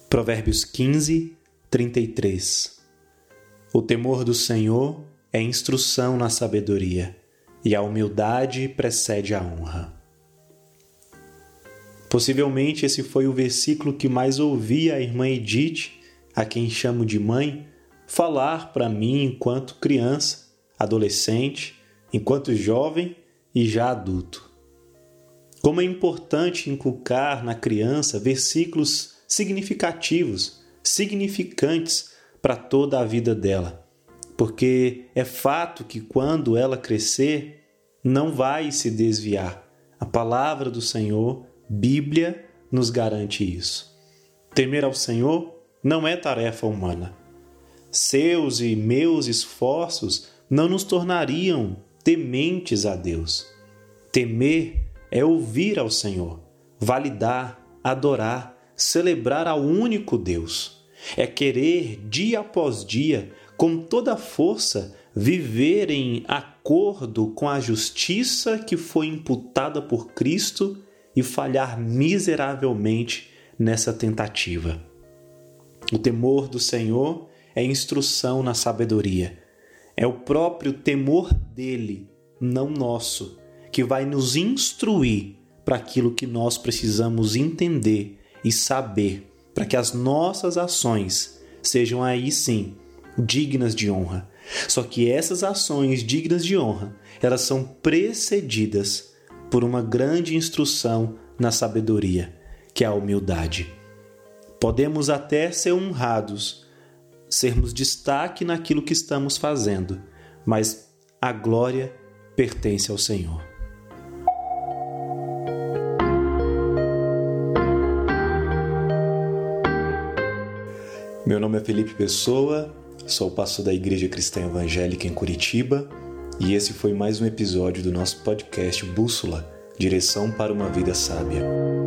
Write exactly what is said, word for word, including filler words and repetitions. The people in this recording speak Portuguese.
Provérbios quinze, trinta e três. O temor do Senhor é instrução na sabedoria, e a humildade precede a honra. Possivelmente esse foi o versículo que mais ouvi a irmã Edith, a quem chamo de mãe, falar para mim enquanto criança, adolescente, enquanto jovem e já adulto. Como é importante inculcar na criança versículos significativos, significantes para toda a vida dela, porque é fato que quando ela crescer, não vai se desviar. A palavra do Senhor, Bíblia, nos garante isso. Temer ao Senhor não é tarefa humana. Seus e meus esforços não nos tornariam tementes a Deus. Temer é ouvir ao Senhor, validar, adorar, celebrar ao único Deus. É querer, dia após dia, com toda a força, viver em acordo com a justiça que foi imputada por Cristo e falhar miseravelmente nessa tentativa. O temor do Senhor é instrução na sabedoria. É o próprio temor dele, não nosso, que vai nos instruir para aquilo que nós precisamos entender e saber, para que as nossas ações sejam aí sim dignas de honra. Só que essas ações dignas de honra, elas são precedidas por uma grande instrução na sabedoria, que é a humildade. Podemos até ser honrados, sermos destaque naquilo que estamos fazendo, mas a glória pertence ao Senhor. Meu nome é Felipe Pessoa, sou pastor da Igreja Cristã Evangélica em Curitiba e esse foi mais um episódio do nosso podcast Bússola, Direção para uma Vida Sábia.